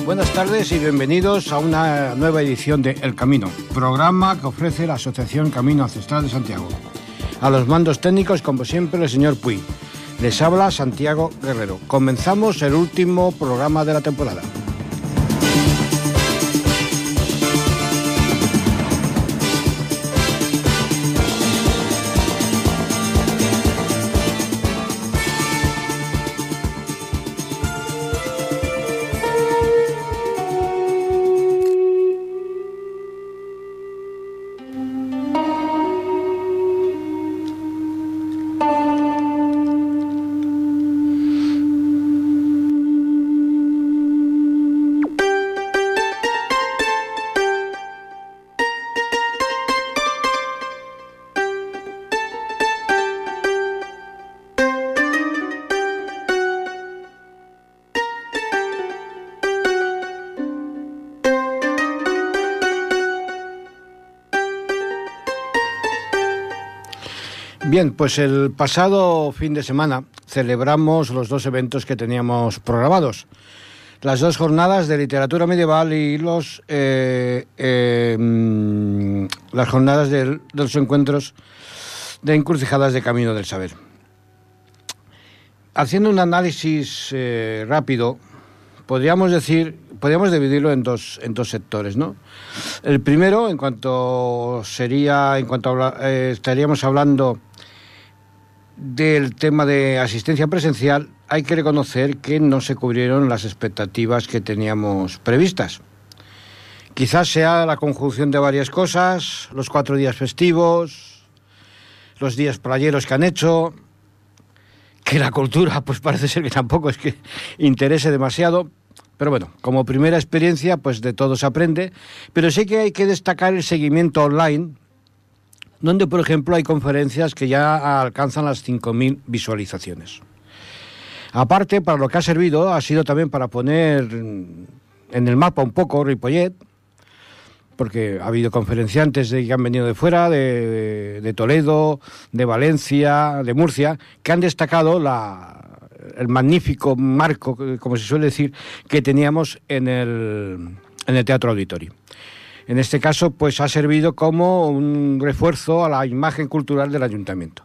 Buenas tardes y bienvenidos a una nueva edición de El Camino, programa que ofrece la Asociación Camino Ancestral de Santiago. A los mandos técnicos, como siempre, el señor Puy. Les habla Santiago Guerrero. Comenzamos el último programa de la temporada. Bien, pues el pasado fin de semana celebramos los dos eventos que teníamos programados. Las dos jornadas de literatura medieval y las jornadas de los encuentros de encrucijadas de Camino del Saber. Haciendo un análisis rápido, podríamos dividirlo en dos sectores, ¿no? El primero, estaríamos hablando del tema de asistencia presencial, hay que reconocer que no se cubrieron las expectativas que teníamos previstas. Quizás sea la conjunción de varias cosas, los 4 días festivos, los días playeros que han hecho, que la cultura pues parece ser que tampoco es que interese demasiado, pero bueno, como primera experiencia pues de todo se aprende, pero sí que hay que destacar el seguimiento online, donde, por ejemplo, hay conferencias que ya alcanzan las 5.000 visualizaciones. Aparte, para lo que ha servido, ha sido también para poner en el mapa un poco Ripollet, porque ha habido conferenciantes que han venido de fuera, de Toledo, de Valencia, de Murcia, que han destacado el magnífico marco, como se suele decir, que teníamos en el Teatro Auditorio. En este caso, pues ha servido como un refuerzo a la imagen cultural del ayuntamiento.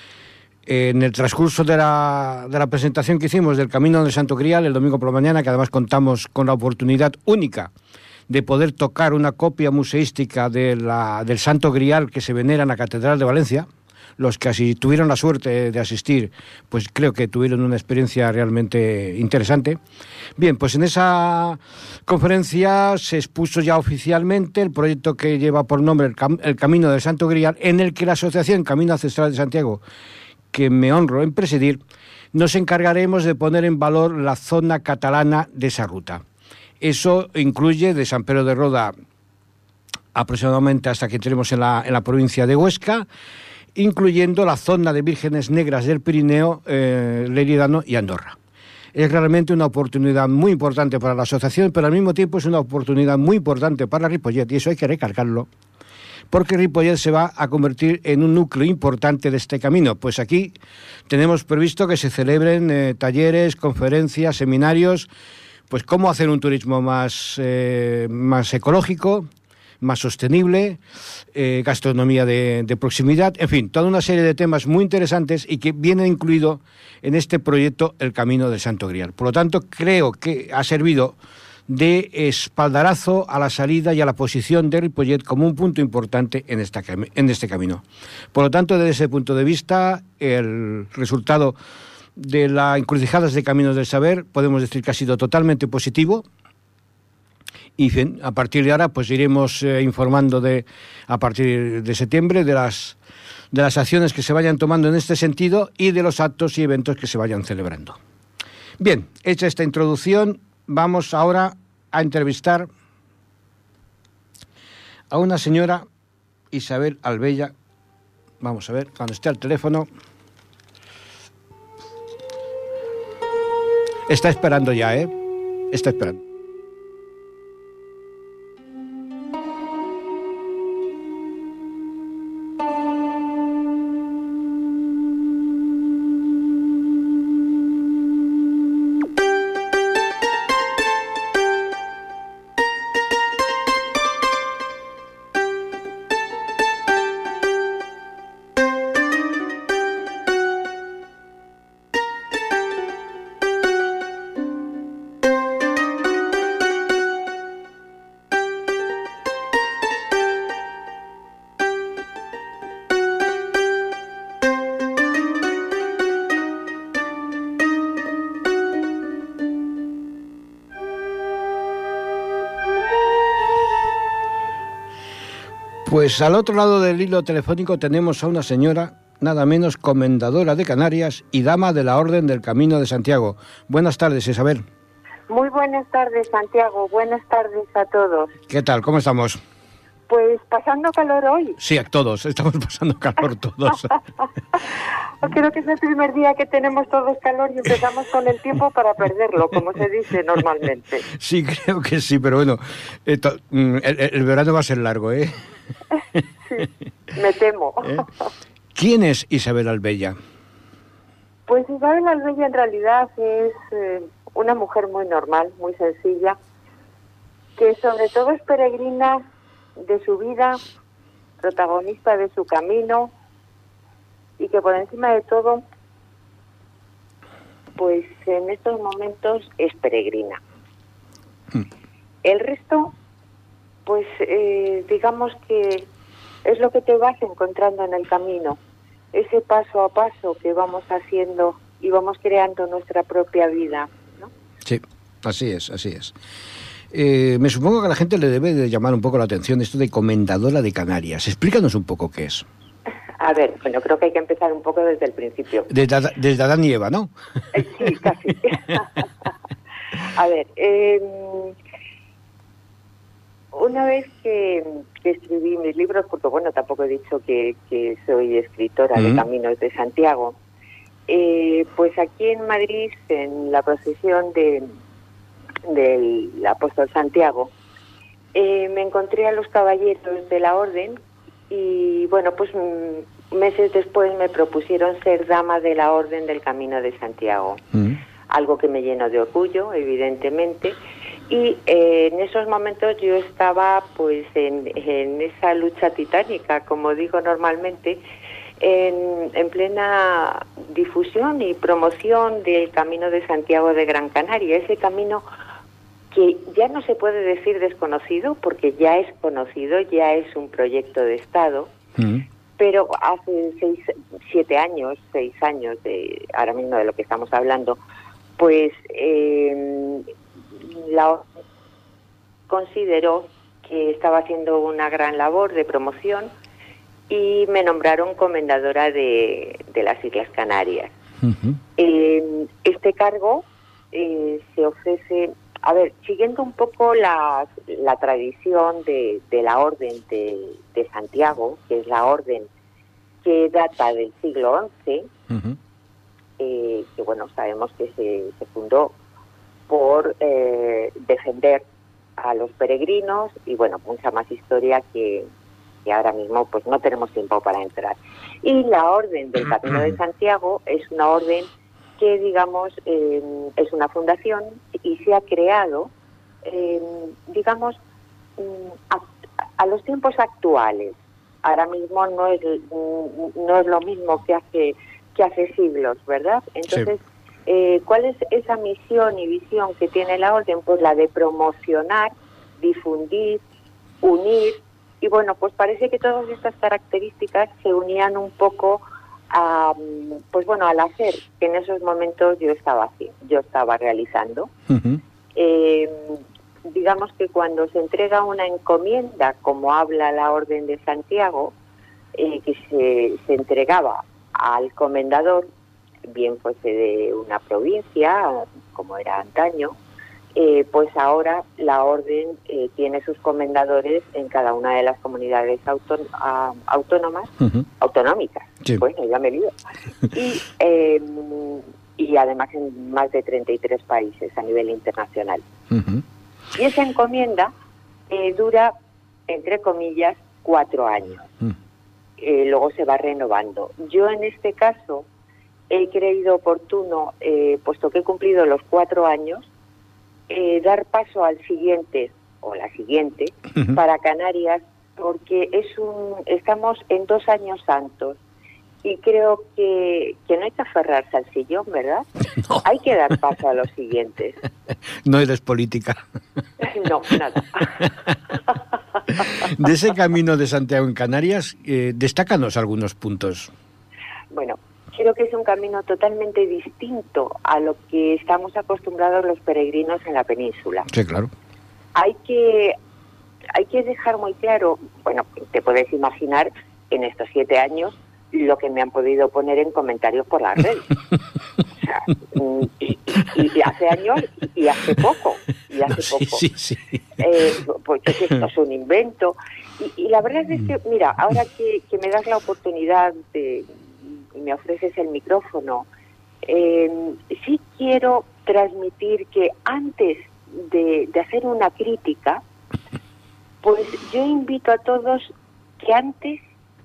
En el transcurso de la presentación que hicimos del Camino del Santo Grial el domingo por la mañana, que además contamos con la oportunidad única de poder tocar una copia museística del Santo Grial que se venera en la Catedral de Valencia. Los que así tuvieron la suerte de asistir, pues creo que tuvieron una experiencia realmente interesante. Bien, pues en esa conferencia se expuso ya oficialmente el proyecto que lleva por nombre el Camino del Santo Grial, en el que la Asociación Camino Ancestral de Santiago, que me honro en presidir, nos encargaremos de poner en valor la zona catalana de esa ruta. Eso incluye de San Pedro de Roda aproximadamente hasta que entremos en la provincia de Huesca, incluyendo la zona de Vírgenes Negras del Pirineo, Leridano y Andorra. Es realmente una oportunidad muy importante para la asociación, pero al mismo tiempo es una oportunidad muy importante para Ripollet, y eso hay que recalcarlo, porque Ripollet se va a convertir en un núcleo importante de este camino. Pues aquí tenemos previsto que se celebren talleres, conferencias, seminarios, pues cómo hacer un turismo más ecológico, más sostenible, gastronomía de proximidad, en fin, toda una serie de temas muy interesantes y que viene incluido en este proyecto El Camino del Santo Grial. Por lo tanto, creo que ha servido de espaldarazo a la salida y a la posición de Ripollet como un punto importante en este camino. Por lo tanto, desde ese punto de vista, el resultado de la encrucijadas de Caminos del Saber podemos decir que ha sido totalmente positivo. Y a partir de ahora pues iremos informando a partir de septiembre de las acciones que se vayan tomando en este sentido y de los actos y eventos que se vayan celebrando. Bien, hecha esta introducción, vamos ahora a entrevistar a una señora, Isabel Albella. Vamos a ver, cuando esté al teléfono. Está esperando ya, Está esperando. Pues al otro lado del hilo telefónico tenemos a una señora, nada menos comendadora de Canarias y dama de la Orden del Camino de Santiago. Buenas tardes, Isabel. Muy buenas tardes, Santiago. Buenas tardes a todos. ¿Qué tal? ¿Cómo estamos? Pues pasando calor hoy. Sí, a todos. Estamos pasando calor todos. Creo que es el primer día que tenemos todos calor y empezamos con el tiempo para perderlo, como se dice normalmente. Sí, creo que sí, pero bueno, el verano va a ser largo, ¿eh? Sí, me temo. ¿Quién es Isabel Albella? Pues Isabel Albella en realidad es una mujer muy normal, muy sencilla, que sobre todo es peregrina de su vida, protagonista de su camino y que por encima de todo, pues en estos momentos es peregrina. El resto, pues digamos que es lo que te vas encontrando en el camino, ese paso a paso que vamos haciendo y vamos creando nuestra propia vida, ¿no? Sí, así es, así es. Me supongo que a la gente le debe de llamar un poco la atención esto de comendadora de Canarias. Explícanos un poco qué es. A ver, bueno, creo que hay que empezar un poco desde el principio. Desde Adán y Eva, ¿no? Sí, casi. A ver, una vez que escribí mis libros, porque bueno, tampoco he dicho que soy escritora de Caminos de Santiago, pues aquí en Madrid, en la procesión del apóstol Santiago, me encontré a los caballeros de la orden y bueno, pues meses después me propusieron ser dama de la Orden del Camino de Santiago, algo que me llenó de orgullo, evidentemente, y en esos momentos yo estaba pues en esa lucha titánica, como digo normalmente, en plena difusión y promoción del Camino de Santiago de Gran Canaria, ese camino que ya no se puede decir desconocido porque ya es conocido, ya es un proyecto de Estado, pero hace 6 años, ahora mismo de lo que estamos hablando, pues la consideró que estaba haciendo una gran labor de promoción y me nombraron comendadora de las Islas Canarias. Este cargo se ofrece, a ver, siguiendo un poco la tradición de la Orden de Santiago, que es la orden que data del siglo XI, que bueno, sabemos que se fundó por defender a los peregrinos y bueno, mucha más historia que ahora mismo pues no tenemos tiempo para entrar. Y la Orden del Camino de Santiago es una orden que digamos es una fundación y se ha creado digamos a los tiempos actuales. Ahora mismo no es lo mismo que hace siglos, ¿verdad? Entonces, sí. ¿Cuál es esa misión y visión que tiene la orden? Pues la de promocionar, difundir, unir, y bueno, pues parece que todas estas características se unían un poco pues bueno, al hacer que en esos momentos yo estaba realizando. Digamos que cuando se entrega una encomienda, como habla la Orden de Santiago, que se entregaba al comendador, bien fuese de una provincia, como era antaño, pues ahora la Orden tiene sus comendadores en cada una de las comunidades autónomas, autonómicas, sí. Bueno, ya me lío, y además en más de 33 países a nivel internacional. Y esa encomienda dura, entre comillas, 4 años. Luego se va renovando. Yo en este caso he creído oportuno, puesto que he cumplido los 4 años, dar paso al siguiente o la siguiente para Canarias, porque estamos en 2 años santos y creo que no hay que aferrarse al sillón, ¿verdad? No. Hay que dar paso a los siguientes. No eres política. No, nada. De ese camino de Santiago en Canarias, destácanos algunos puntos. Bueno, creo que es un camino totalmente distinto a lo que estamos acostumbrados los peregrinos en la península. Sí, claro. Hay que hay que dejar muy claro, bueno, te puedes imaginar en estos 7 años lo que me han podido poner en comentarios por las redes. O sea, y hace años y hace poco. Sí. Pues que esto es un invento. Y la verdad es que, mira, ahora que me das la oportunidad y me ofreces el micrófono, sí quiero transmitir que antes de hacer una crítica, pues yo invito a todos que antes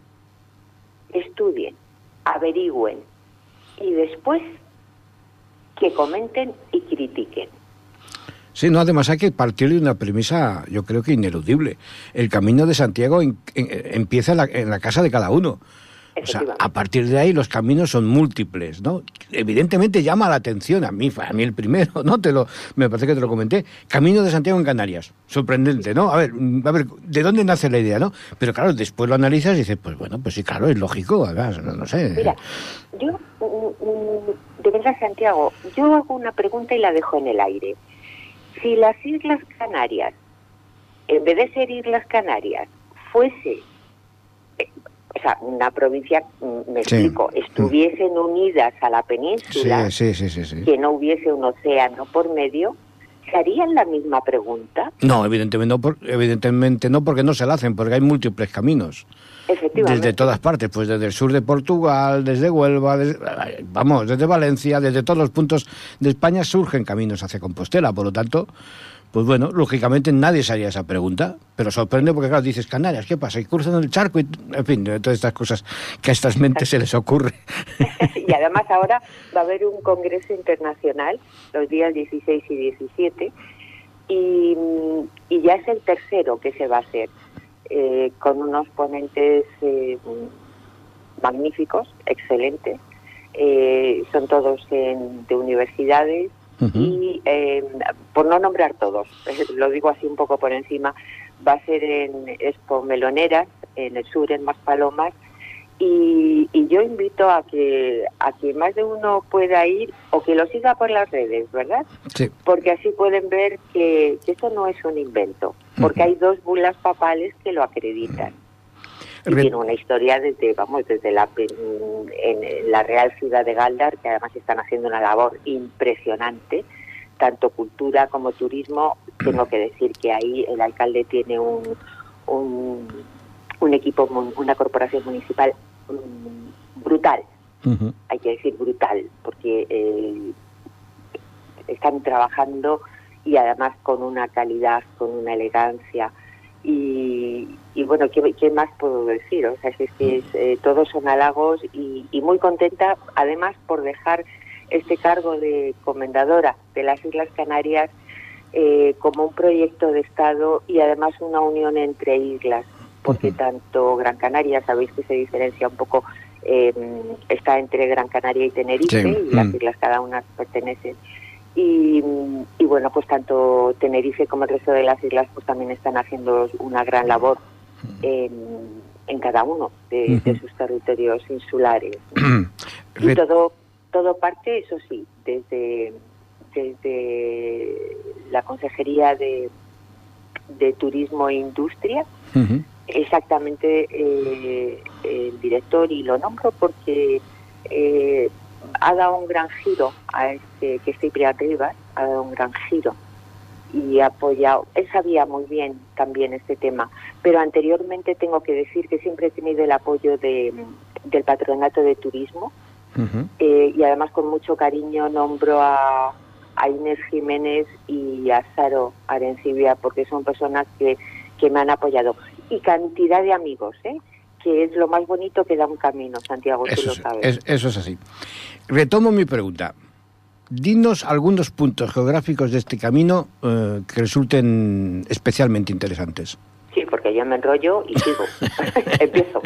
estudien, averigüen y después que comenten y critiquen. Sí, no, además hay que partir de una premisa, yo creo que ineludible. El Camino de Santiago empieza en la casa de cada uno. O sea, a partir de ahí los caminos son múltiples, ¿no? Evidentemente llama la atención a mí el primero, ¿no? Me parece que te lo comenté. Camino de Santiago en Canarias. Sorprendente, ¿no? A ver, ¿de dónde nace la idea, no? Pero claro, después lo analizas y dices, pues bueno, pues sí, claro, es lógico, además, no sé. Mira, yo, de verdad, Santiago, yo hago una pregunta y la dejo en el aire. Si las Islas Canarias, en vez de ser Islas Canarias, fuese... O sea, una provincia, me explico, estuviesen unidas a la península, sí. que no hubiese un océano por medio, ¿se harían la misma pregunta? No, evidentemente no, porque no se la hacen, porque hay múltiples caminos. Efectivamente. Desde todas partes, pues desde el sur de Portugal, desde Huelva, desde Valencia, desde todos los puntos de España surgen caminos hacia Compostela, por lo tanto... Pues bueno, lógicamente nadie se haría esa pregunta, pero sorprende porque, claro, dices Canarias, ¿qué pasa? Y cruzan el charco y, en fin, todas estas cosas que a estas mentes se les ocurre. Y además ahora va a haber un congreso internacional los días 16 y 17 y ya es el tercero que se va a hacer, con unos ponentes magníficos, excelentes, son todos de universidades. Y por no nombrar todos, lo digo así un poco por encima, va a ser en Expo Meloneras, en el sur, en Maspalomas, y yo invito a que más de uno pueda ir o que lo siga por las redes, ¿verdad? Sí. Porque así pueden ver que esto no es un invento, porque hay 2 bulas papales que lo acreditan. Y tiene una historia desde en la Real Ciudad de Gáldar, que además están haciendo una labor impresionante, tanto cultura como turismo. Tengo que decir que ahí el alcalde tiene un equipo, una corporación municipal brutal, hay que decir brutal, porque están trabajando y además con una calidad, con una elegancia. Y bueno, ¿qué más puedo decir? O sea, todos son halagos y muy contenta, además, por dejar este cargo de comendadora de las Islas Canarias como un proyecto de Estado y además una unión entre islas, porque tanto Gran Canaria, sabéis que se diferencia un poco, está entre Gran Canaria y Tenerife, y las islas cada una pertenecen. Y bueno, pues tanto Tenerife como el resto de las islas pues también están haciendo una gran labor en cada uno de sus territorios insulares. Y todo parte, eso sí, desde la Consejería de Turismo e Industria, exactamente el director, y lo nombro porque ha dado un gran giro a que es Ciprián Rivas, ha dado un gran giro y ha apoyado. Él sabía muy bien también este tema, pero anteriormente tengo que decir que siempre he tenido el apoyo del Patronato de Turismo, y además con mucho cariño nombro a Inés Jiménez y a Saro Arencibia, porque son personas que me han apoyado, y cantidad de amigos, que es lo más bonito que da un camino, Santiago, tú lo sabes. Eso es así. Retomo mi pregunta. Dinos algunos puntos geográficos de este camino que resulten especialmente interesantes. Sí, porque yo me enrollo y sigo. Empiezo.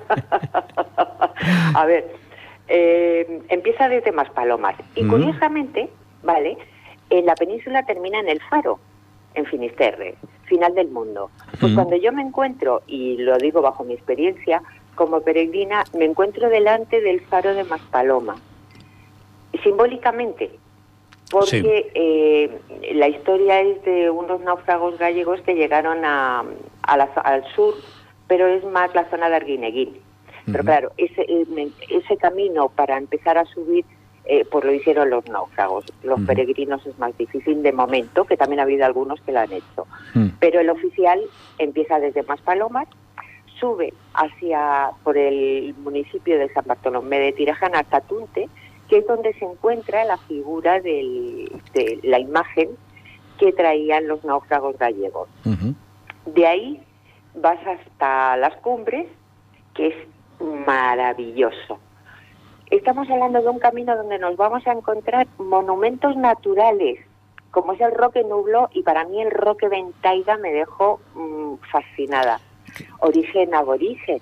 A ver, empieza desde Maspalomas. Y curiosamente, ¿vale? En la península termina en el Faro, en Finisterre, final del mundo. Pues cuando yo me encuentro, y lo digo bajo mi experiencia como peregrina, me encuentro delante del Faro de Maspaloma. Simbólicamente, porque la historia es de unos náufragos gallegos que llegaron al sur, pero es más la zona de Arguineguín. Pero claro, ese camino para empezar a subir, pues lo hicieron los náufragos. Los peregrinos es más difícil de momento, que también ha habido algunos que lo han hecho. Pero el oficial empieza desde Maspalomas, sube por el municipio de San Bartolomé de Tirajana hasta Tunte, que es donde se encuentra la figura de la imagen que traían los náufragos gallegos. De ahí vas hasta las cumbres, que es maravilloso. Estamos hablando de un camino donde nos vamos a encontrar monumentos naturales, como es el Roque Nublo, y para mí el Roque Ventaiga me dejó fascinada. Origen aborigen,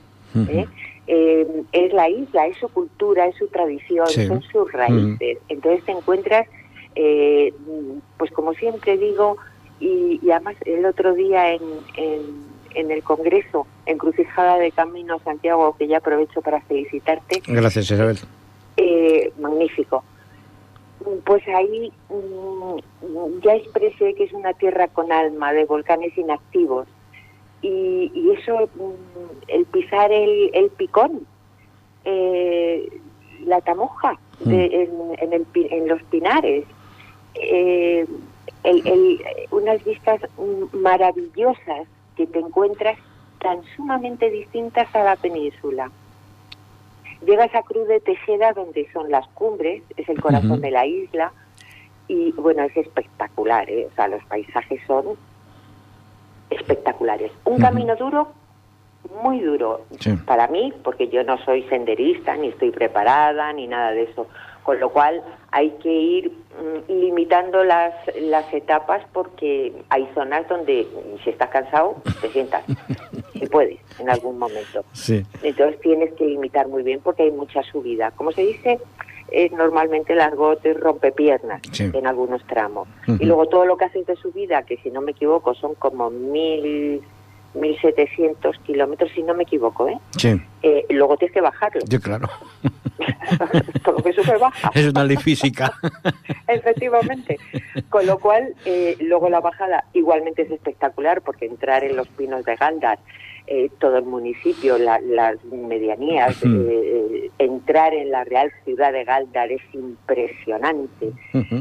es la isla, es su cultura, es su tradición, son sus raíces. Entonces te encuentras, pues como siempre digo, y además el otro día en el Congreso, Encrucijada de Camino Santiago, que ya aprovecho para felicitarte. Gracias, Isabel. Magnífico. Pues ahí ya expresé que es una tierra con alma, de volcanes inactivos. Y eso, el pisar el picón, la tamoja en los pinares, unas vistas maravillosas que te encuentras tan sumamente distintas a la península. Llegas a Cruz de Tejeda, donde son las cumbres, es el corazón de la isla, y bueno, es espectacular, o sea, los paisajes son espectaculares. Un camino duro, muy duro, para mí, porque yo no soy senderista, ni estoy preparada, ni nada de eso, con lo cual hay que ir limitando las etapas, porque hay zonas donde si estás cansado te sientas, si puedes, en algún momento. Entonces tienes que limitar muy bien porque hay mucha subida. Como se dice, es normalmente largote, rompepiernas en algunos tramos. Y luego todo lo que haces de subida, que si no me equivoco son como 1.700 kilómetros, si no me equivoco, luego tienes que bajarlo. Claro. Todo lo que sube baja. Es una ley física. Efectivamente. Con lo cual, luego la bajada igualmente es espectacular, porque entrar en los Pinos de Gáldar, todo el municipio, las medianías, entrar en la Real Ciudad de Gáldar es impresionante.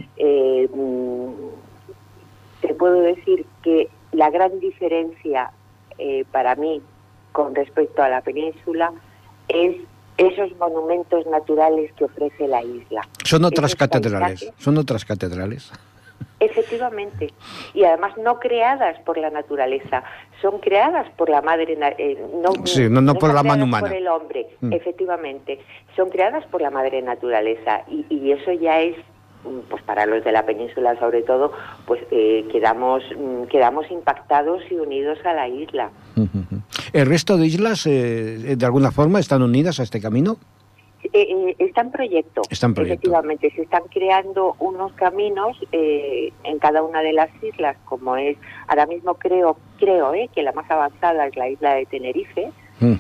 Te puedo decir que la gran diferencia para mí con respecto a la península es esos monumentos naturales que ofrece la isla. Son otras catedrales. Son otras catedrales. Efectivamente, y además no creadas por la naturaleza, son creadas por la madre, no por la mano humana. Por el hombre, efectivamente, son creadas por la madre naturaleza, y eso ya es, pues para los de la península sobre todo, pues quedamos impactados y unidos a la isla. ¿El resto de islas de alguna forma están unidas a este camino? Está en proyecto. Efectivamente, se están creando unos caminos en cada una de las islas, como es, ahora mismo creo que la más avanzada es la isla de Tenerife,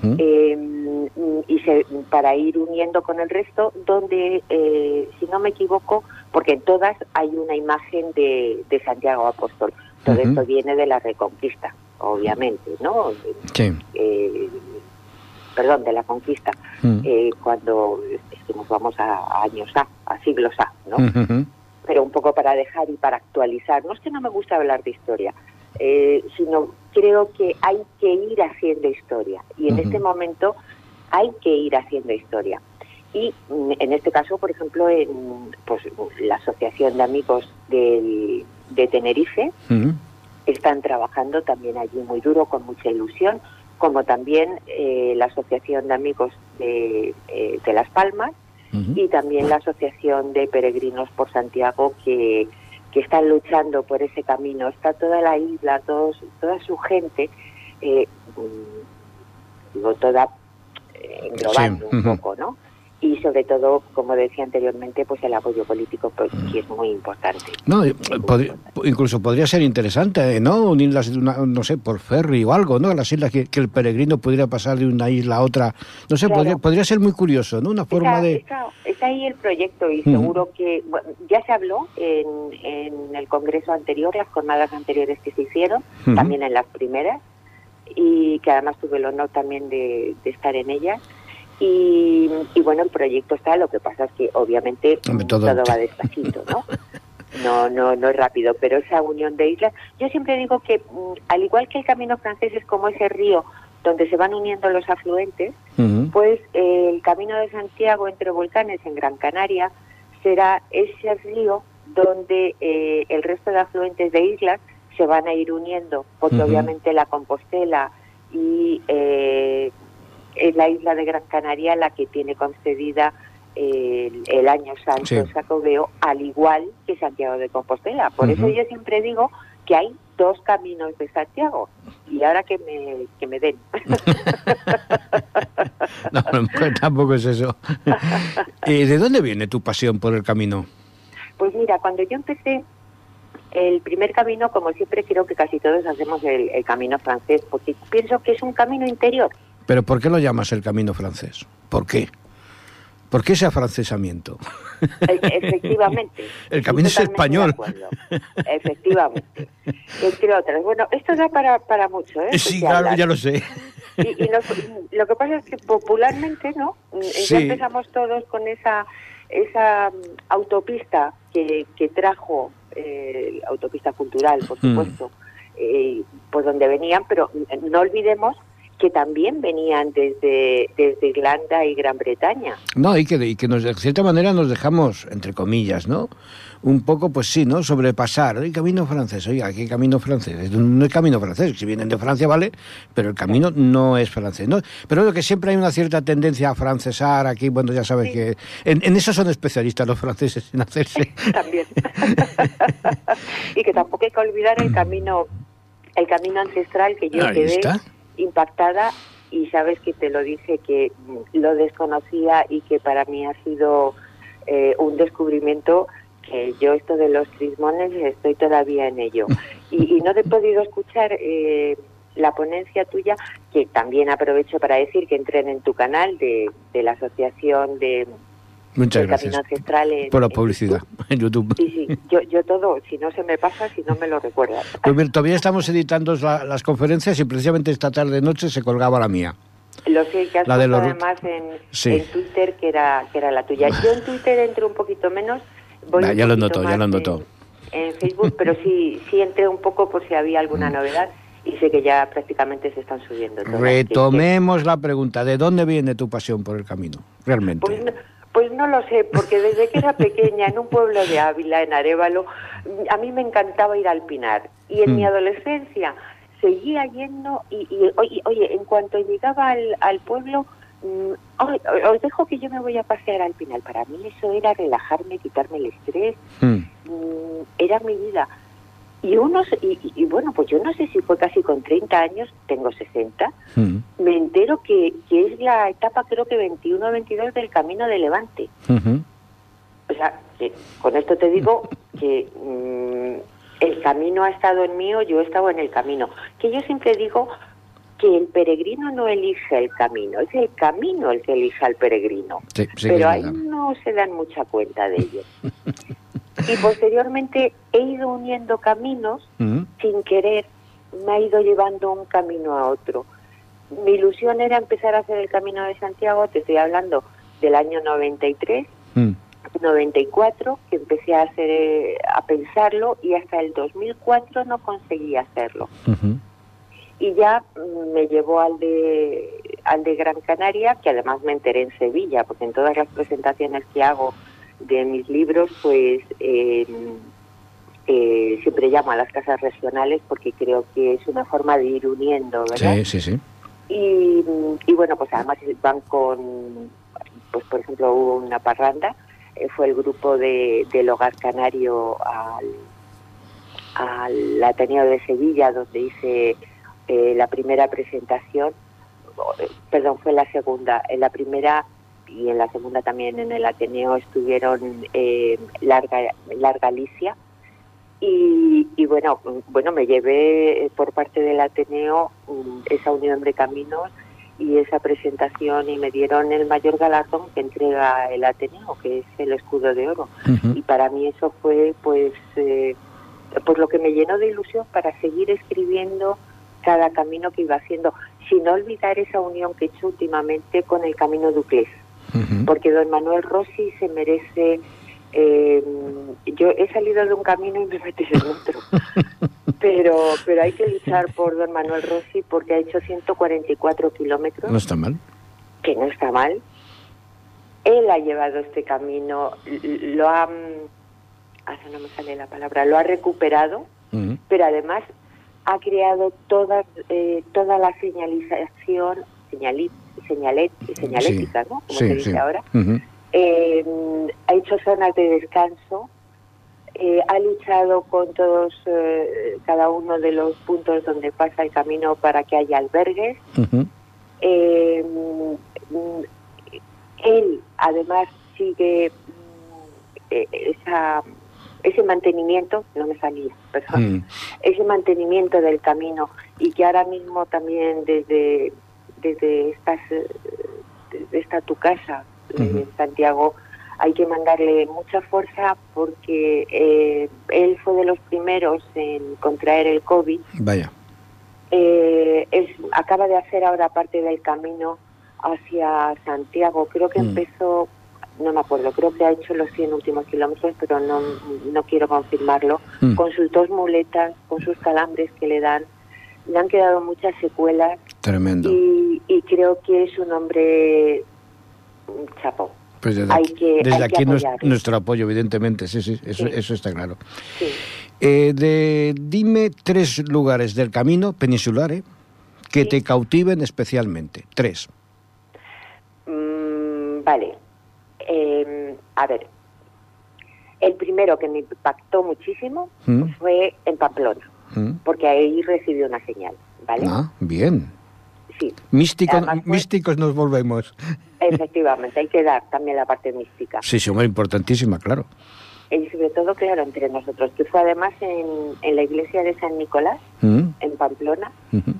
y para ir uniendo con el resto, donde, si no me equivoco, porque en todas hay una imagen de Santiago Apóstol. Todo esto viene de la Reconquista, obviamente, ¿no? Perdón, de la conquista, cuando nos vamos a años a siglos A, ¿no? Pero un poco para dejar y para actualizar. No es que no me gusta hablar de historia, sino creo que hay que ir haciendo historia, y en este momento hay que ir haciendo historia. Y en este caso, por ejemplo, pues la Asociación de Amigos de Tenerife están trabajando también allí muy duro, con mucha ilusión, como también la Asociación de Amigos de Las Palmas, y también la Asociación de Peregrinos por Santiago, que están luchando por ese camino. Está toda la isla, toda su gente, toda englobando un poco, ¿no? y sobre todo, como decía anteriormente, pues el apoyo político, pues, que es muy importante. No, incluso podría ser interesante, ¿no? Unirlas, no sé, por ferry o algo, ¿no? Las islas, que el peregrino pudiera pasar de una isla a otra. No sé, claro. podría ser muy curioso, ¿no? Una forma Está ahí el proyecto y seguro que ya se habló en el congreso anterior, las jornadas anteriores que se hicieron, también en las primeras, y que además tuve el honor también de estar en ellas. Y bueno, el proyecto está, lo que pasa es que obviamente todo va despacito, ¿no? No es rápido, pero esa unión de islas, yo siempre digo que al igual que el Camino Francés es como ese río donde se van uniendo los afluentes, pues el Camino de Santiago entre volcanes en Gran Canaria será ese río donde el resto de afluentes de islas se van a ir uniendo, porque obviamente la Compostela y es la isla de Gran Canaria la que tiene concedida el Año Santo Jacobeo, al igual que Santiago de Compostela. Por eso yo siempre digo que hay dos caminos de Santiago, y ahora que me den. No, tampoco es eso. ¿De dónde viene tu pasión por el camino? Pues mira, cuando yo empecé el primer camino, como siempre creo que casi todos hacemos el camino francés, porque pienso que es un camino interior. ¿Pero por qué lo llamas el camino francés? ¿Por qué? ¿Por qué ese afrancesamiento? Efectivamente. El camino es español. Efectivamente. Entre otras. Bueno, esto da para mucho, ¿eh? Sí, claro, ya lo sé. Y lo que pasa es que popularmente, ¿no? Sí. Ya empezamos todos con esa autopista que trajo, autopista cultural, por supuesto, por donde venían, pero no olvidemos que también venían desde Irlanda y Gran Bretaña. No, y que de cierta manera nos dejamos, entre comillas, ¿no? Un poco, pues sí, ¿no? Sobrepasar. El camino francés, oiga, ¿qué camino francés? No es camino francés, si vienen de Francia, vale, pero el camino no es francés, ¿no? Pero lo que siempre hay una cierta tendencia a francesar aquí, bueno, ya sabes que en eso son especialistas los franceses, en hacerse. También. Y que tampoco hay que olvidar el camino ancestral, que yo quedé impactada, y sabes que te lo dije, que lo desconocía y que para mí ha sido un descubrimiento, que yo esto de los crismones estoy todavía en ello. Y no te he podido escuchar la ponencia tuya, que también aprovecho para decir que entren en tu canal de la Asociación de Muchas gracias Ancestral por la publicidad en YouTube. Sí, yo todo, si no se me pasa, si no me lo recuerdas. Pues bien, todavía estamos editando las conferencias y precisamente esta tarde noche se colgaba la mía. Lo sé, que has puesto además en Twitter, que era la tuya. Yo en Twitter entro un poquito menos. Ya lo noto. En Facebook, pero sí entré un poco por si había alguna novedad, y sé que ya prácticamente se están subiendo todas. Retomemos la pregunta, ¿de dónde viene tu pasión por el camino, realmente? Pues no lo sé, porque desde que era pequeña, en un pueblo de Ávila, en Arévalo, a mí me encantaba ir al Pinar. Y en mi adolescencia seguía yendo y oye, en cuanto llegaba al pueblo, os dejo que yo me voy a pasear al Pinar. Para mí eso era relajarme, quitarme el estrés, era mi vida. Y bueno, pues yo no sé si fue casi con 30 años, tengo 60, me entero que es la etapa, creo que 21 o 22 del Camino de Levante. O sea, con esto te digo que el camino ha estado en mí, o yo he estado en el camino. Que yo siempre digo que el peregrino no elige el camino, es el camino el que elige al peregrino. Sí, pero ahí no se dan mucha cuenta de ello. Y posteriormente he ido uniendo caminos, sin querer, me ha ido llevando un camino a otro. Mi ilusión era empezar a hacer el Camino de Santiago, te estoy hablando del año 93, 94, que empecé a pensarlo, y hasta el 2004 no conseguí hacerlo. Y ya me llevó al de Gran Canaria, que además me enteré en Sevilla, porque en todas las presentaciones que hago de mis libros, pues siempre llamo a las casas regionales, porque creo que es una forma de ir uniendo, ¿verdad? Sí. Y bueno, pues además van con, pues por ejemplo hubo una parranda, fue el grupo del Hogar Canario al Ateneo de Sevilla, donde hice la primera presentación, perdón, fue la segunda. En la primera y en la segunda también en el Ateneo estuvieron Larga Alicia. Y bueno, me llevé por parte del Ateneo esa unión de caminos y esa presentación, y me dieron el mayor galardón que entrega el Ateneo, que es el Escudo de Oro. Y para mí eso fue pues lo que me llenó de ilusión para seguir escribiendo cada camino que iba haciendo, sin olvidar esa unión que he hecho últimamente con el Camino Duclés, porque don Manuel Rossi se merece. Yo he salido de un camino y me metí en otro, pero hay que luchar por don Manuel Rossi, porque ha hecho 144 kilómetros. No está mal. Que no está mal. Él ha llevado este camino, lo ha... no me sale la palabra, lo ha recuperado, pero además ha creado toda la señalización, señalética, ¿no? Como se dice ahora. Ha hecho zonas de descanso, ha luchado con todos, cada uno de los puntos donde pasa el camino para que haya albergues. Él además sigue ese mantenimiento, no me salía, perdón, ese mantenimiento del camino, y que ahora mismo también desde esta tu casa en Santiago hay que mandarle mucha fuerza, porque él fue de los primeros en contraer el COVID. Vaya. Acaba de hacer ahora parte del camino hacia Santiago, creo que empezó, no me acuerdo, creo que ha hecho los 100 últimos kilómetros, pero no quiero confirmarlo, con sus 2 muletas, con sus calambres que le han quedado muchas secuelas. Tremendo. Y creo que es un hombre chapó. Pues desde aquí nuestro apoyo, evidentemente, sí, eso está claro. Sí. Dime 3 lugares del camino peninsular que te cautiven especialmente. 3. Vale. A ver, el primero que me impactó muchísimo fue en Pamplona, porque ahí recibí una señal, ¿vale? Ah, bien. Sí. Místicos nos volvemos. Efectivamente, hay que dar también la parte mística. Sí, hombre, importantísima, claro. Y sobre todo, claro, entre nosotros, que fue además en la iglesia de San Nicolás, en Pamplona.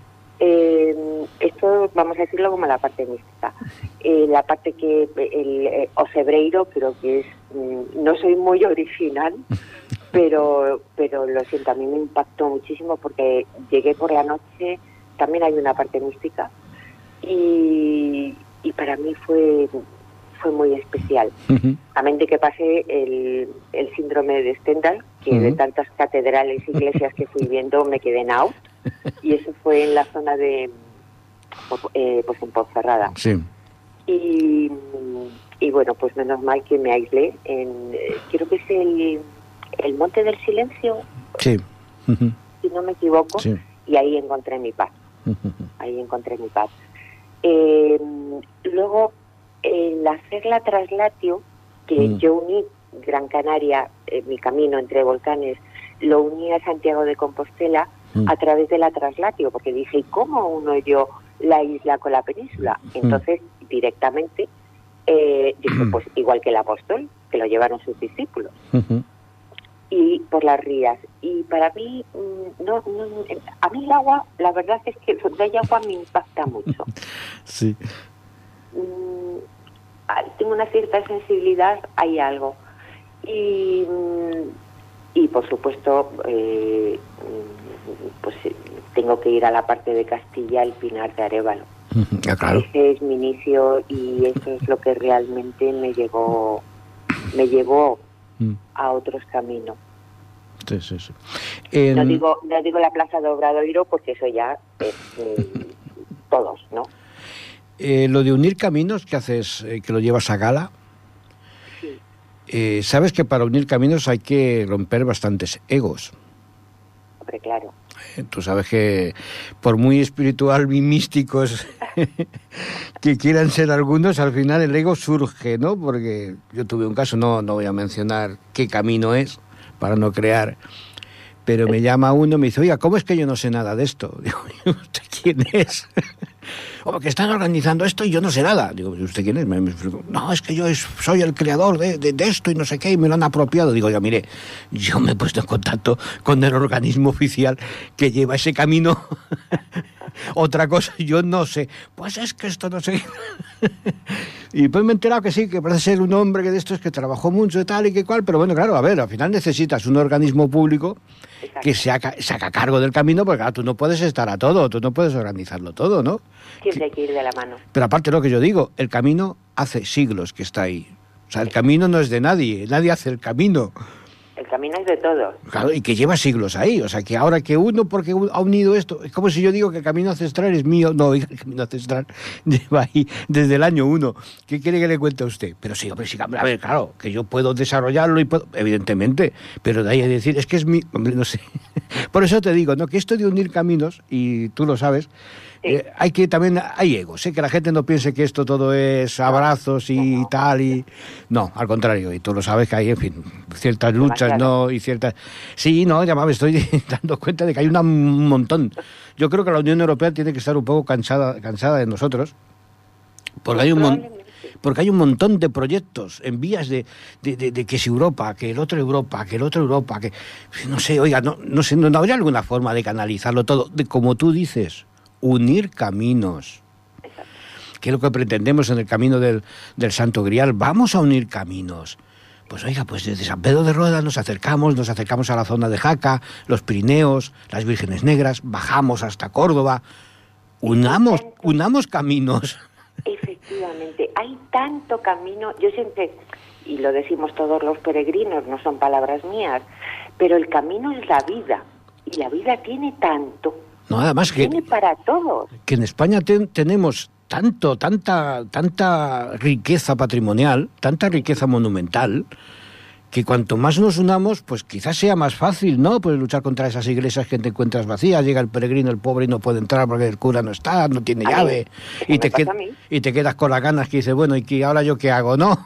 Esto vamos a decirlo como la parte mística. La parte que el Osebreiro, creo que es, no soy muy original, pero lo siento, a mí me impactó muchísimo, porque llegué por la noche, también hay una parte mística, y para mí fue muy especial. También de que pasé el síndrome de Stendhal, que de tantas catedrales, iglesias que fui viendo, me quedé en out, y eso fue en la zona de pues en Ponferrada. Sí. Y bueno, pues menos mal que me aislé creo que es el Monte del Silencio, sí. Si no me equivoco, sí. Y ahí encontré mi paz. Luego, el hacer la traslatio, que yo uní Gran Canaria, mi camino entre volcanes, lo uní a Santiago de Compostela a través de la traslatio, porque dije, ¿y cómo uno yo la isla con la península? Entonces, directamente, dije, pues igual que el apóstol, que lo llevaron sus discípulos. Y por las rías. Y para mí, a mí el agua, la verdad es que donde hay agua me impacta mucho. Sí. Tengo una cierta sensibilidad, hay algo. Y por supuesto, pues tengo que ir a la parte de Castilla, el Pinar de Arévalo. Claro. Ese es mi inicio, y eso es lo que realmente me llevó a otros caminos. Sí. No digo la Plaza de Obradoiro, porque eso ya es todos, ¿no? Lo de unir caminos que haces, que lo llevas a gala, sí. Sabes que para unir caminos hay que romper bastantes egos. Hombre, claro. Tú sabes que por muy espiritual y místicos que quieran ser algunos, al final el ego surge, ¿no? Porque yo tuve un caso, no voy a mencionar qué camino es, para no crear, Pero me llama uno y me dice, oiga, ¿cómo es que yo no sé nada de esto? Digo, ¿usted quién es? O que están organizando esto y yo no sé nada. Digo, ¿usted quién es? No, es que yo soy el creador de esto y no sé qué, y me lo han apropiado. Digo, yo, mire, yo me he puesto en contacto con el organismo oficial que lleva ese camino. Otra cosa, yo no sé. Pues es que esto no sé. Y pues me he enterado que sí, que parece ser un hombre que de estos que trabajó mucho y tal y que cual, pero bueno, claro, a ver, al final necesitas un organismo público que se haga cargo del camino, porque claro, tú no puedes estar a todo, tú no puedes organizarlo todo, ¿no? Siempre hay que ir de la mano. Pero aparte lo que yo digo, el camino hace siglos que está ahí. O sea, el camino no es de nadie hace el camino. El camino es de todos. Claro, y que lleva siglos ahí. O sea, que ahora que uno, porque ha unido esto, es como si yo digo que el camino ancestral es mío. No, el camino ancestral lleva ahí desde el año 1. ¿Qué quiere que le cuente a usted? Pero sí, hombre, sí, a ver, claro, que yo puedo desarrollarlo y puedo, evidentemente, pero de ahí a decir, es que es mi, hombre, no sé. Por eso te digo, ¿no? Que esto de unir caminos, y tú lo sabes, sí. Hay egos, que la gente no piense que esto todo es abrazos y tal, y no, al contrario, y tú lo sabes que hay, en fin, ciertas luchas, ¿no? Y ciertas... Sí, no, ya me estoy dando cuenta de que hay un montón. Yo creo que la Unión Europea tiene que estar un poco cansada de nosotros, porque hay un montón de proyectos en vías de que si Europa, que el otro Europa, que no sé, oiga, no sé, no habría alguna forma de canalizarlo todo, de como tú dices, unir caminos. Exacto. Que es lo que pretendemos en el camino del Santo Grial. Vamos a unir caminos. Pues oiga, pues desde San Pedro de Roda nos acercamos a la zona de Jaca, los Pirineos, las Vírgenes Negras, bajamos hasta Córdoba. Unamos caminos. Efectivamente, hay tanto camino. Yo siempre, y lo decimos todos los peregrinos, no son palabras mías, pero el camino es la vida, y la vida tiene tanto. No, además que tiene para todos. Que en España tenemos tanta riqueza patrimonial, tanta riqueza monumental, que cuanto más nos unamos, pues quizás sea más fácil, ¿no? Pues luchar contra esas iglesias que te encuentras vacías, llega el peregrino, el pobre, y no puede entrar porque el cura no está, no tiene llave, y te quedas con las ganas que dices, bueno, ¿y ahora yo qué hago, no?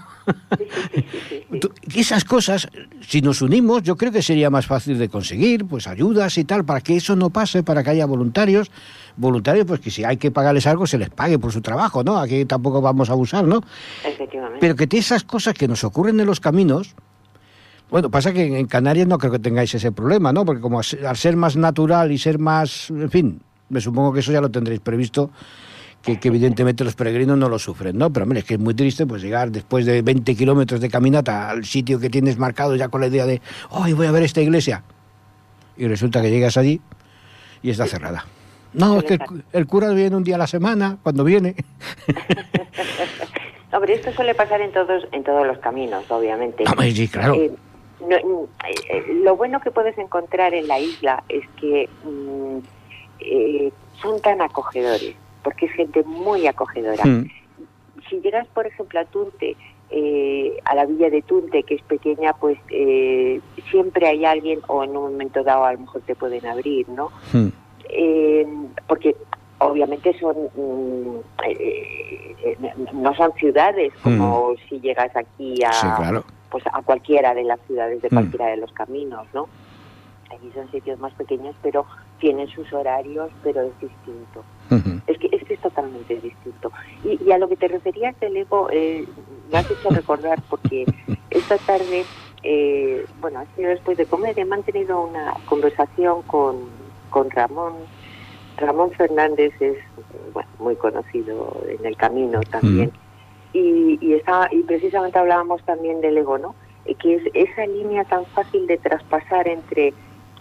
Sí. Esas cosas, si nos unimos, yo creo que sería más fácil de conseguir, pues ayudas y tal, para que eso no pase, para que haya voluntarios, pues que si hay que pagarles algo, se les pague por su trabajo, ¿no? Aquí tampoco vamos a abusar, ¿no? Efectivamente. Pero que esas cosas que nos ocurren en los caminos, bueno, pasa que en Canarias no creo que tengáis ese problema, ¿no? Porque como al ser más natural y ser más, en fin, me supongo que eso ya lo tendréis previsto, que evidentemente los peregrinos no lo sufren, ¿no? Pero, hombre, es que es muy triste pues llegar después de 20 kilómetros de caminata al sitio que tienes marcado ya con la idea de, ¡ay, voy a ver esta iglesia! Y resulta que llegas allí y está cerrada. No, es que el cura viene un día a la semana, cuando viene. Hombre, esto suele pasar en todos los caminos, obviamente. Sí, claro. Lo bueno que puedes encontrar en la isla es que son tan acogedores, porque es gente muy acogedora. Si llegas, por ejemplo, a Tunte, a la villa de Tunte, que es pequeña, pues siempre hay alguien, o en un momento dado a lo mejor te pueden abrir, ¿no? Porque obviamente no son ciudades como si llegas aquí sí, claro, pues a cualquiera de las ciudades de cualquiera de los caminos, ¿no? Aquí son sitios más pequeños, pero tienen sus horarios, pero es distinto. Es que es totalmente distinto. Y a lo que te referías del ego, me has hecho recordar, porque esta tarde, ha sido después de comer, he mantenido una conversación con Ramón. Ramón Fernández es muy conocido en el camino también. Y precisamente hablábamos también del ego, ¿no? Que es esa línea tan fácil de traspasar entre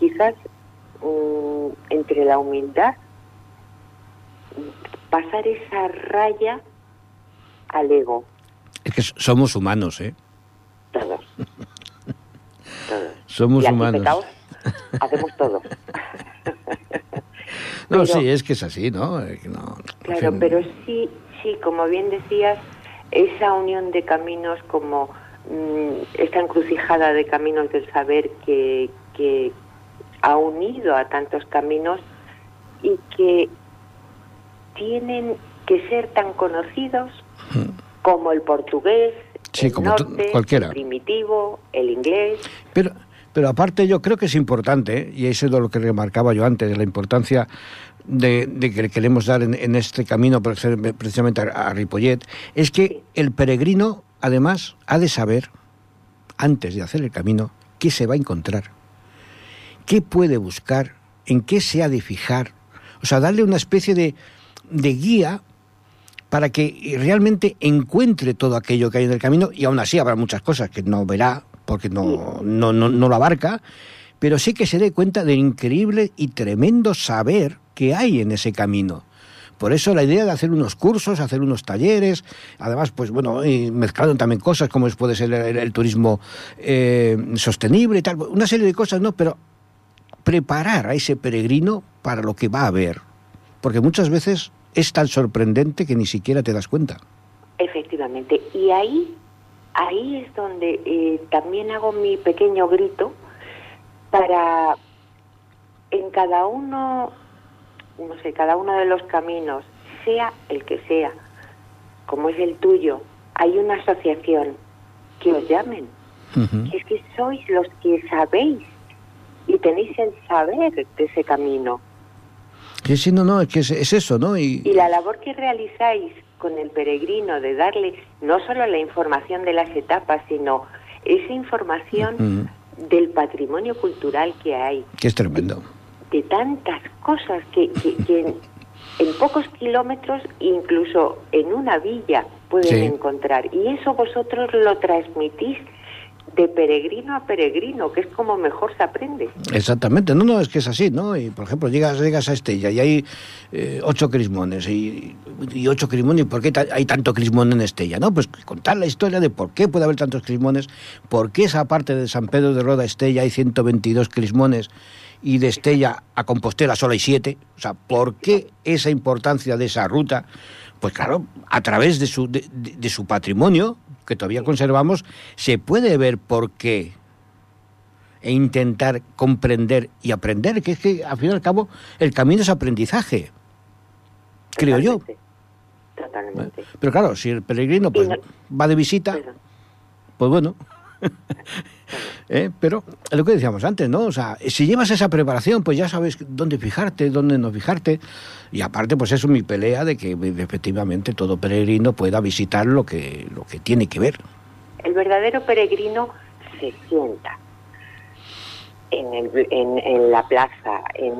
la humildad, pasar esa raya al ego. Es que somos humanos, ¿eh? Todos. Somos humanos. Pecados, hacemos todo. No, sí, es que es así, ¿no? Claro, pero sí, como bien decías, esa unión de caminos, como esta encrucijada de caminos del saber que ha unido a tantos caminos y que tienen que ser tan conocidos como el portugués, sí, el como norte, cualquiera. el primitivo, el inglés. Pero Pero aparte yo creo que es importante, y eso es lo que remarcaba yo antes, de la importancia de que le queremos dar en este camino, precisamente a Ripollet, es que el peregrino, además, ha de saber, antes de hacer el camino, qué se va a encontrar, qué puede buscar, en qué se ha de fijar. O sea, darle una especie de guía para que realmente encuentre todo aquello que hay en el camino, y aún así habrá muchas cosas que no verá, porque no lo abarca, pero sí que se dé cuenta del increíble y tremendo saber que hay en ese camino. Por eso la idea de hacer unos cursos, hacer unos talleres, además, pues bueno, mezclando también cosas como puede ser el turismo sostenible y tal, una serie de cosas, ¿no? Pero preparar a ese peregrino para lo que va a ver, porque muchas veces es tan sorprendente que ni siquiera te das cuenta. Efectivamente, y ahí es donde también hago mi pequeño grito para en cada uno de los caminos, sea el que sea, como es el tuyo, hay una asociación que os llamen. Uh-huh. Es que sois los que sabéis y tenéis el saber de ese camino. Sí, sí, no, es que es eso, ¿no? Y la labor que realizáis con el peregrino de darle no solo la información de las etapas, sino esa información del patrimonio cultural que hay. Que es tremendo. De tantas cosas que en pocos kilómetros, incluso en una villa, pueden encontrar. Y eso vosotros lo transmitís de peregrino a peregrino, que es como mejor se aprende. Exactamente, no, es que es así, ¿no? Y por ejemplo, llegas a Estella y hay 8 crismones, y 8 crismones, ¿y por qué hay tanto crismón en Estella? ¿No? Pues contar la historia de por qué puede haber tantos crismones, por qué esa parte de San Pedro de Roda a Estella hay 122 crismones y de Estella a Compostela solo hay 7, o sea, ¿por qué esa importancia de esa ruta? Pues claro, a través de su patrimonio, que todavía conservamos, se puede ver por qué e intentar comprender y aprender, que es que al fin y al cabo el camino es aprendizaje, creo yo. Totalmente. Pero claro, si el peregrino pues va de visita, pues bueno. Pero es lo que decíamos antes, ¿no? O sea, si llevas esa preparación, pues ya sabes dónde fijarte, dónde no fijarte. Y aparte, pues eso es mi pelea de que efectivamente todo peregrino pueda visitar lo que tiene que ver. El verdadero peregrino se sienta en la plaza, en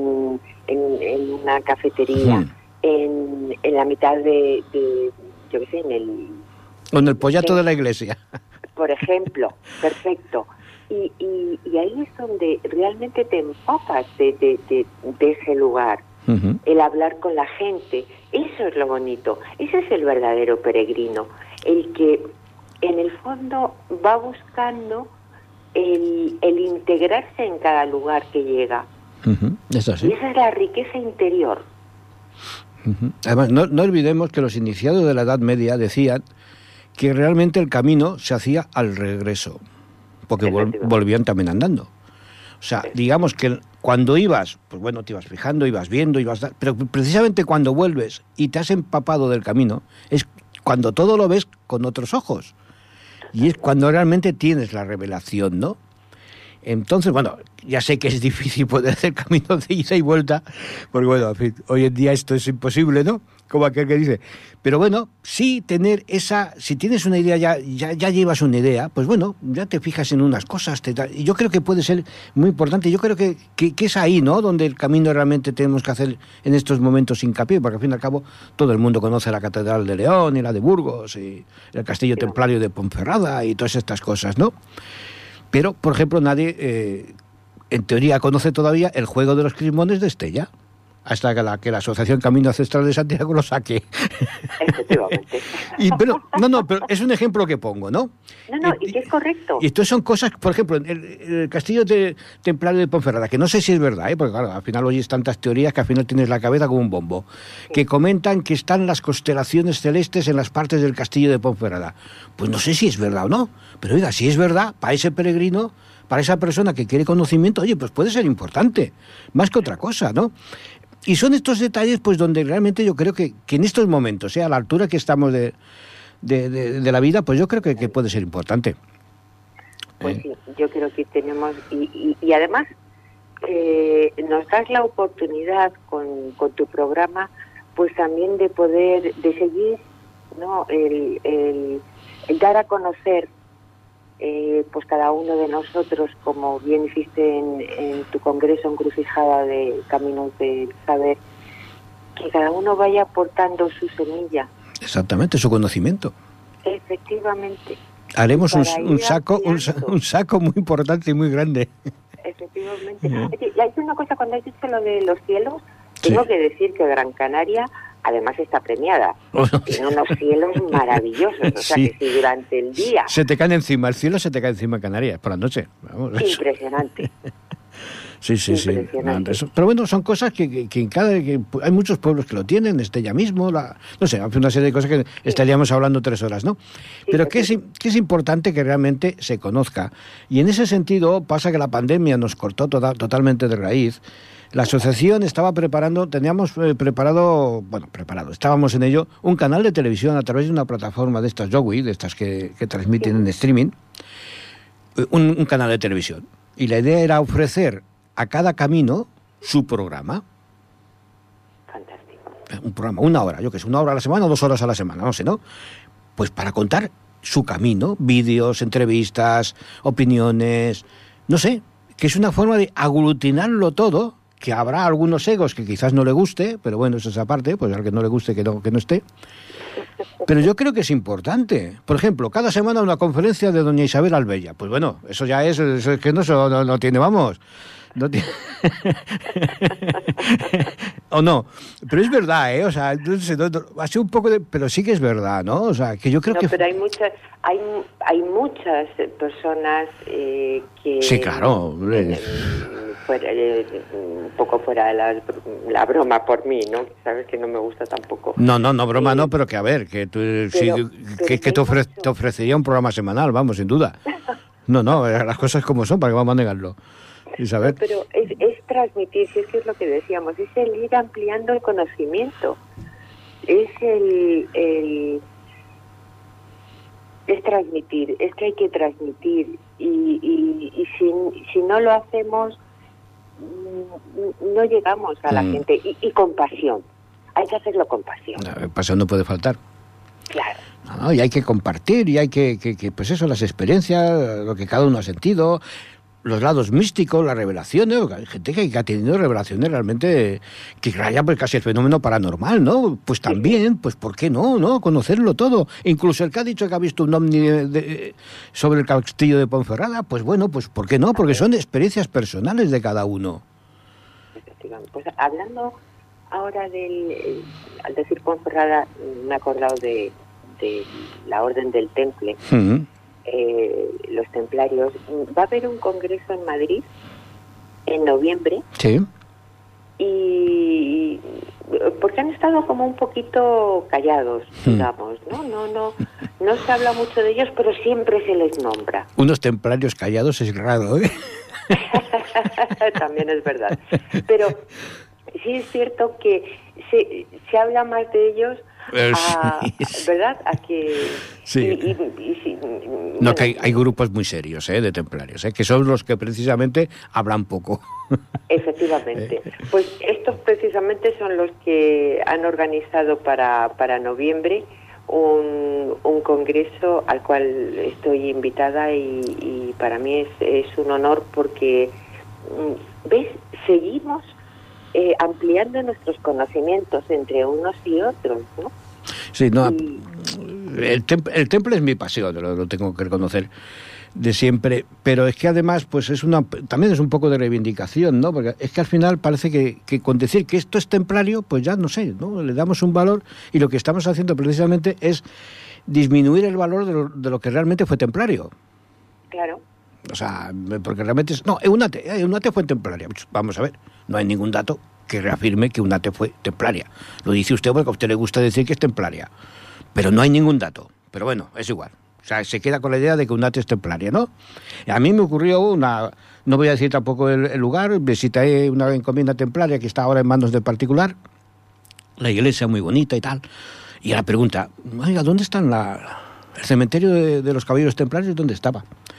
una cafetería, en la mitad de yo qué sé, o en el pollato de la iglesia. Por ejemplo, perfecto. Y ahí es donde realmente te empapas de ese lugar. Uh-huh. El hablar con la gente, eso es lo bonito. Ese es el verdadero peregrino, el que en el fondo va buscando el integrarse en cada lugar que llega. Uh-huh. Es así. Y esa es la riqueza interior. Uh-huh. Además, no olvidemos que los iniciados de la Edad Media decían que realmente el camino se hacía al regreso, porque volvían también andando. O sea, digamos que cuando ibas, pues bueno, te ibas fijando, ibas viendo, pero precisamente cuando vuelves y te has empapado del camino, es cuando todo lo ves con otros ojos. Y es cuando realmente tienes la revelación, ¿no? Entonces, bueno, ya sé que es difícil poder hacer camino de ida y vuelta, porque bueno, en fin, hoy en día esto es imposible, ¿no? Como aquel que dice. Pero bueno, sí tener si tienes una idea, ya llevas una idea, pues bueno, ya te fijas en unas cosas. Y yo creo que puede ser muy importante. Yo creo que es ahí, ¿no? Donde el camino realmente tenemos que hacer en estos momentos hincapié, porque al fin y al cabo todo el mundo conoce la Catedral de León y la de Burgos y el Castillo Templario de Ponferrada y todas estas cosas, ¿no? Pero, por ejemplo, nadie, en teoría, conoce todavía el juego de los crismones de Estella, hasta que la Asociación Camino Ancestral de Santiago lo saque. Efectivamente. Pero es un ejemplo que pongo, ¿no? No, y que es correcto. Y esto son cosas, por ejemplo, el Castillo Templario de Ponferrada, que no sé si es verdad, porque claro, al final oyes tantas teorías que al final tienes la cabeza como un bombo, que comentan que están las constelaciones celestes en las partes del Castillo de Ponferrada. Pues no sé si es verdad o no, pero oiga, si es verdad, para ese peregrino, para esa persona que quiere conocimiento, oye, pues puede ser importante, más que otra cosa, ¿no? Y son estos detalles pues donde realmente yo creo que en estos momentos, a la altura que estamos de la vida, pues yo creo que puede ser importante. Pues sí, yo creo que tenemos, y además nos das la oportunidad con tu programa, pues también de poder, de seguir, ¿no? El dar a conocer, pues cada uno de nosotros, como bien hiciste en tu congreso Encrucijada de Caminos del Saber, que cada uno vaya aportando su semilla. Exactamente, su conocimiento. Efectivamente. Haremos un saco muy importante y muy grande. Efectivamente. Y hay una cosa, cuando has dicho lo de los cielos, tengo que decir que Gran Canaria además está premiada. Tiene unos cielos maravillosos, o sea que si durante el día... Se te cae encima, el cielo se te cae encima en Canarias, por la noche. Vamos, impresionante. Sí. Pero bueno, son cosas que hay muchos pueblos que lo tienen, Estella mismo, no sé, una serie de cosas que estaríamos hablando 3 horas, ¿no? Pero que es importante que realmente se conozca. Y en ese sentido pasa que la pandemia nos cortó totalmente de raíz. La asociación estaba estábamos en ello, un canal de televisión a través de una plataforma de estas Yowi, de estas que transmiten en streaming, un canal de televisión. Y la idea era ofrecer a cada camino su programa. Fantástico. Un programa, 1 hora, yo que sé, 1 hora a la semana o 2 horas a la semana, no sé, ¿no? Pues para contar su camino, vídeos, entrevistas, opiniones, no sé, que es una forma de aglutinarlo todo, que habrá algunos egos que quizás no le guste, pero bueno, eso es aparte, pues al que no le guste que no esté. Pero yo creo que es importante. Por ejemplo, cada semana una conferencia de doña Isabel Albella. Pues bueno, eso ya es que no tiene, vamos. No tiene... o no. Pero es verdad, ¿eh? O sea, ha sido un poco de... Pero sí que es verdad, ¿no? O sea, que yo creo que... pero hay muchas personas que... Sí, claro. Un poco fuera de la broma por mí, ¿no? Sabes que no me gusta tampoco. No, broma no, pero que a ver, que te ofrecería un programa semanal, vamos, sin duda. No, las cosas como son, ¿para qué vamos a negarlo? Isabel. Pero es transmitir, si es que es lo que decíamos, es el ir ampliando el conocimiento. Es es transmitir, es que hay que transmitir. Y si no lo hacemos, no llegamos a la gente. Y con pasión. Hay que hacerlo con pasión. Pasión no puede faltar. Claro. No, y hay que compartir, y hay que pues eso, las experiencias, lo que cada uno ha sentido, los lados místicos, las revelaciones. Hay gente que ha tenido revelaciones realmente que raya pues casi el fenómeno paranormal, ¿no? Pues también, pues ¿por qué no? Conocerlo todo. Incluso el que ha dicho que ha visto un ovni sobre el castillo de Ponferrada, pues bueno, pues ¿por qué no? Porque son experiencias personales de cada uno. Pues hablando ahora al decir Ponferrada, me he acordado de la Orden del Temple. Los templarios. Va a haber un congreso en Madrid en noviembre. Sí. Y porque han estado como un poquito callados, digamos, no se habla mucho de ellos, pero siempre se les nombra. Unos templarios callados es raro, ¿eh? También es verdad. Pero sí es cierto que se habla más de ellos, ¿verdad? A que... Sí. No, que hay grupos muy serios, de templarios, que son los que precisamente hablan poco. Efectivamente. Pues estos precisamente son los que han organizado para noviembre un congreso al cual estoy invitada y para mí es un honor porque, ¿ves? Seguimos ampliando nuestros conocimientos entre unos y otros, ¿no? Sí, no. El temple es mi pasión, lo tengo que reconocer de siempre, pero es que además pues también es un poco de reivindicación, ¿no? Porque es que al final parece que con decir que esto es templario, pues ya no sé, ¿no? Le damos un valor y lo que estamos haciendo precisamente es disminuir el valor de lo que realmente fue templario. Claro. O sea, porque realmente Eunate fue templaria. Vamos a ver, no hay ningún dato que reafirme que Eunate fue templaria. Lo dice usted porque a usted le gusta decir que es templaria, pero no hay ningún dato. Pero bueno, es igual. O sea, se queda con la idea de que Eunate es templaria, ¿no? A mí me ocurrió no voy a decir tampoco el lugar, visité una encomienda templaria que está ahora en manos del particular, la iglesia muy bonita y tal, y la pregunta, oiga, ¿dónde están el cementerio de los caballeros templarios? ¿Dónde estaba?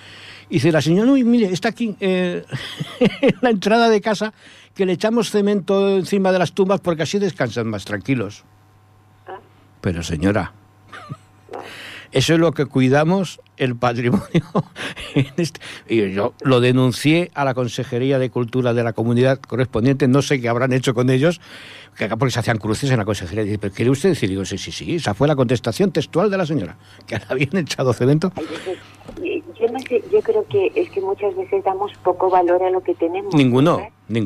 Y dice la señora, uy, mire, está aquí en la entrada de casa, que le echamos cemento encima de las tumbas porque así descansan más tranquilos. Pero señora, eso es lo que cuidamos, el patrimonio. Y yo lo denuncié a la Consejería de Cultura de la comunidad correspondiente, no sé qué habrán hecho con ellos, porque se hacían cruces en la consejería. Dice, ¿pero quiere usted decir? Digo, sí, esa fue la contestación textual de la señora, que le habían echado cemento. Yo no sé, yo creo que es que muchas veces damos poco valor a lo que tenemos. Ninguno.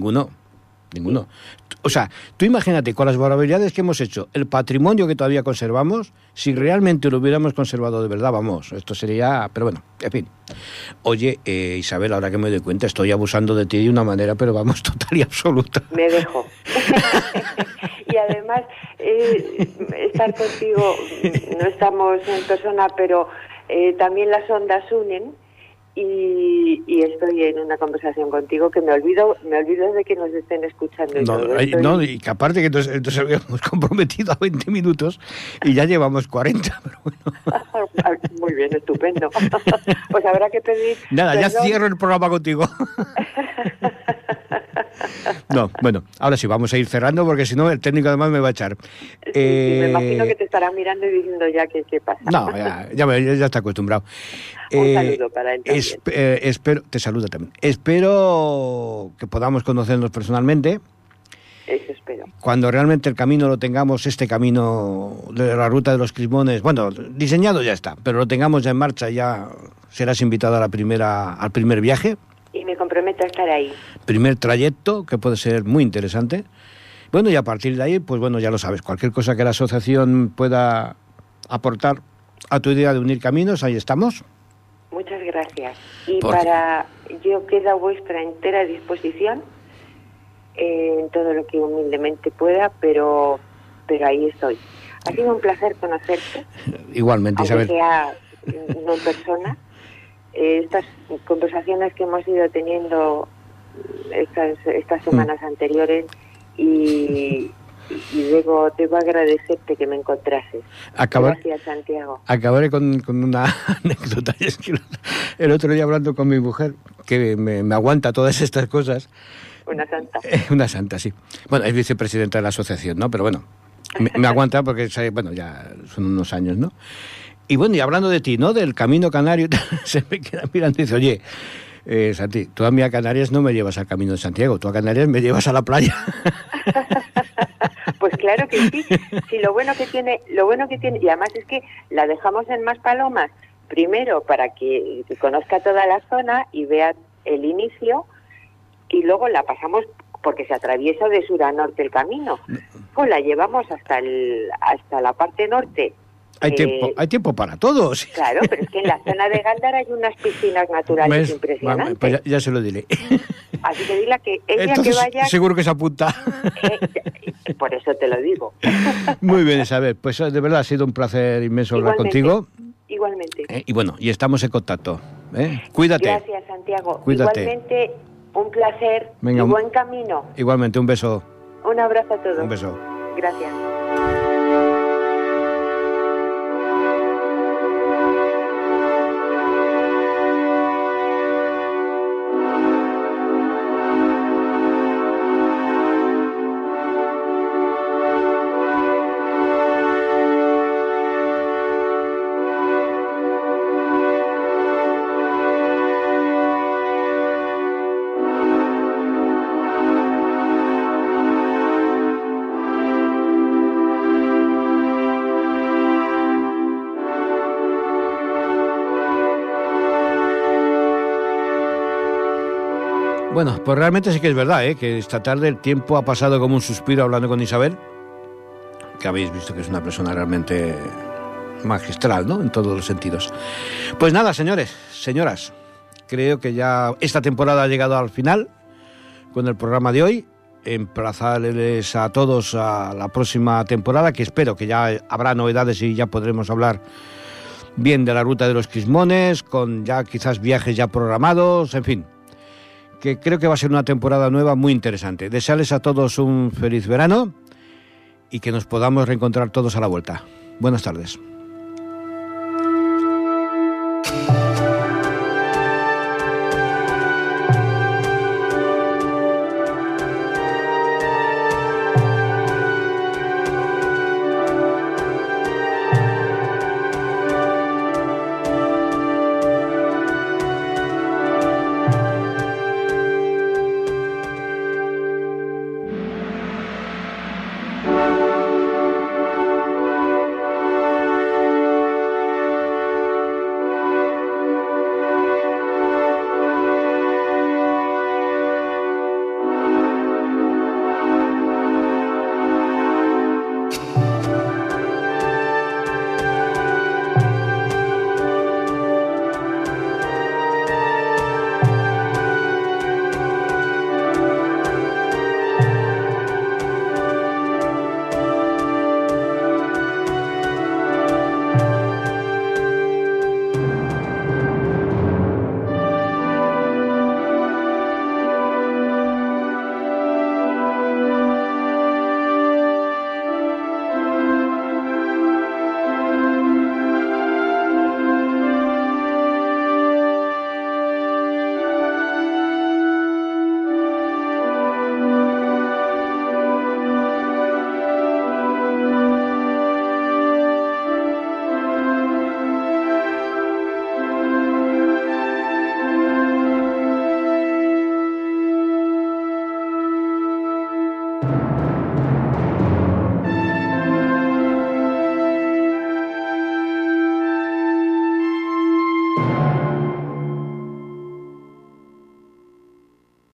O sea, tú imagínate, con las barbaridades que hemos hecho, el patrimonio que todavía conservamos, si realmente lo hubiéramos conservado de verdad, vamos, esto sería... Pero bueno, en fin. Oye, Isabel, ahora que me doy cuenta, estoy abusando de ti de una manera, pero vamos, total y absoluta. Me dejo. Y además, estar contigo, no estamos en persona, pero también las ondas unen. Y estoy en una conversación contigo que me olvido de que nos estén escuchando. Y que aparte que entonces habíamos comprometido a 20 minutos y ya llevamos 40. Pero bueno. Muy bien, estupendo. Pues habrá que pedir... Nada, ya cierro el programa contigo. No, bueno, ahora sí, vamos a ir cerrando porque si no el técnico además me va a echar. Sí, me imagino que te estará mirando y diciendo ya qué pasa. No, ya está acostumbrado. Un saludo para él también. Espero, te saluda también. Espero que podamos conocernos personalmente. Eso espero. Cuando realmente el camino lo tengamos, este camino de la ruta de los Crismones, bueno, diseñado ya está, pero lo tengamos ya en marcha, ya serás invitado al primer viaje. Y me comprometo a estar ahí. Primer trayecto, que puede ser muy interesante. Bueno, y a partir de ahí, pues bueno, ya lo sabes, cualquier cosa que la asociación pueda aportar a tu idea de unir caminos, ahí estamos. Muchas gracias. Y Porque yo quedo a vuestra entera disposición en todo lo que humildemente pueda, pero ahí estoy. Ha sido un placer conocerte. Igualmente, Isabel. Aunque sea no en persona. Estas conversaciones que hemos ido teniendo estas semanas anteriores y debo agradecerte que me encontrases. Gracias, Santiago. Acabaré con una anécdota. Es que el otro día hablando con mi mujer, que me aguanta todas estas cosas. Una santa. Una santa, sí. Bueno, es vicepresidenta de la asociación, ¿no? Pero bueno, me aguanta porque, bueno, ya son unos años, ¿no? Y bueno, y hablando de ti, ¿no? Del camino canario, se me queda mirando y dice, oye, Santi, tú a mí a Canarias no me llevas al Camino de Santiago, tú a Canarias me llevas a la playa. Pues claro que sí. Sí, lo bueno que tiene, y además es que la dejamos en Maspalomas, primero para que conozca toda la zona y vea el inicio, y luego la pasamos porque se atraviesa de sur a norte el camino. Pues la llevamos hasta la parte norte. Hay tiempo para todos. Claro, pero es que en la zona de Gáldar hay unas piscinas naturales impresionantes. Pues ya se lo diré. Así que dile que ella entonces, que vaya... seguro que se apunta. Por eso te lo digo. Muy bien, Isabel. Pues de verdad ha sido un placer inmenso hablar contigo. Igualmente. Y bueno, y estamos en contacto. Cuídate. Gracias, Santiago. Cuídate. Igualmente, un placer. Venga, y buen camino. Igualmente, un beso. Un abrazo a todos. Un beso. Gracias. Bueno, pues realmente sí que es verdad, que esta tarde el tiempo ha pasado como un suspiro hablando con Isabel, que habéis visto que es una persona realmente magistral, ¿no? En todos los sentidos. Pues nada, señores, señoras, creo que ya esta temporada ha llegado al final con el programa de hoy. Emplazarles a todos a la próxima temporada, que espero que ya habrá novedades y ya podremos hablar bien de la ruta de los Crismones, con ya quizás viajes ya programados, en fin, que creo que va a ser una temporada nueva muy interesante. Desearles a todos un feliz verano y que nos podamos reencontrar todos a la vuelta. Buenas tardes.